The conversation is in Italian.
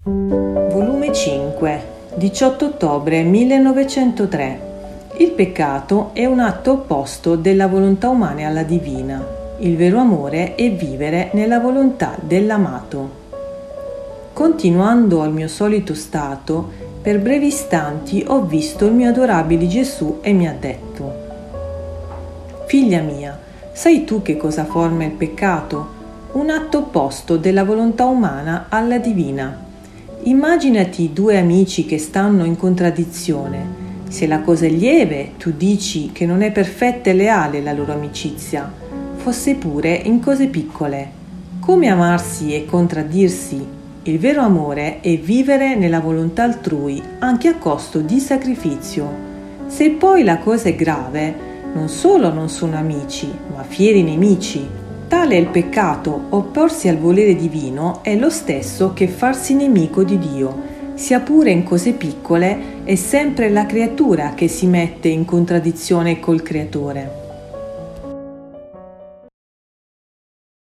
Volume 5, 18 ottobre 1903. Il peccato è un atto opposto della volontà umana alla divina. Il vero amore è vivere nella volontà dell'amato. Continuando al mio solito stato, per brevi istanti ho visto il mio adorabile Gesù e mi ha detto: «Figlia mia, sai tu che cosa forma il peccato? Un atto opposto della volontà umana alla divina. Immaginati due amici che stanno in contraddizione. Se la cosa è lieve, tu dici che non è perfetta e leale la loro amicizia, fosse pure in cose piccole. Come amarsi e contraddirsi? Il vero amore è vivere nella volontà altrui, anche a costo di sacrificio. Se poi la cosa è grave, non solo non sono amici, ma fieri nemici. Tale è il peccato. Opporsi al volere divino è lo stesso che farsi nemico di Dio. Sia pure in cose piccole, è sempre la creatura che si mette in contraddizione col Creatore.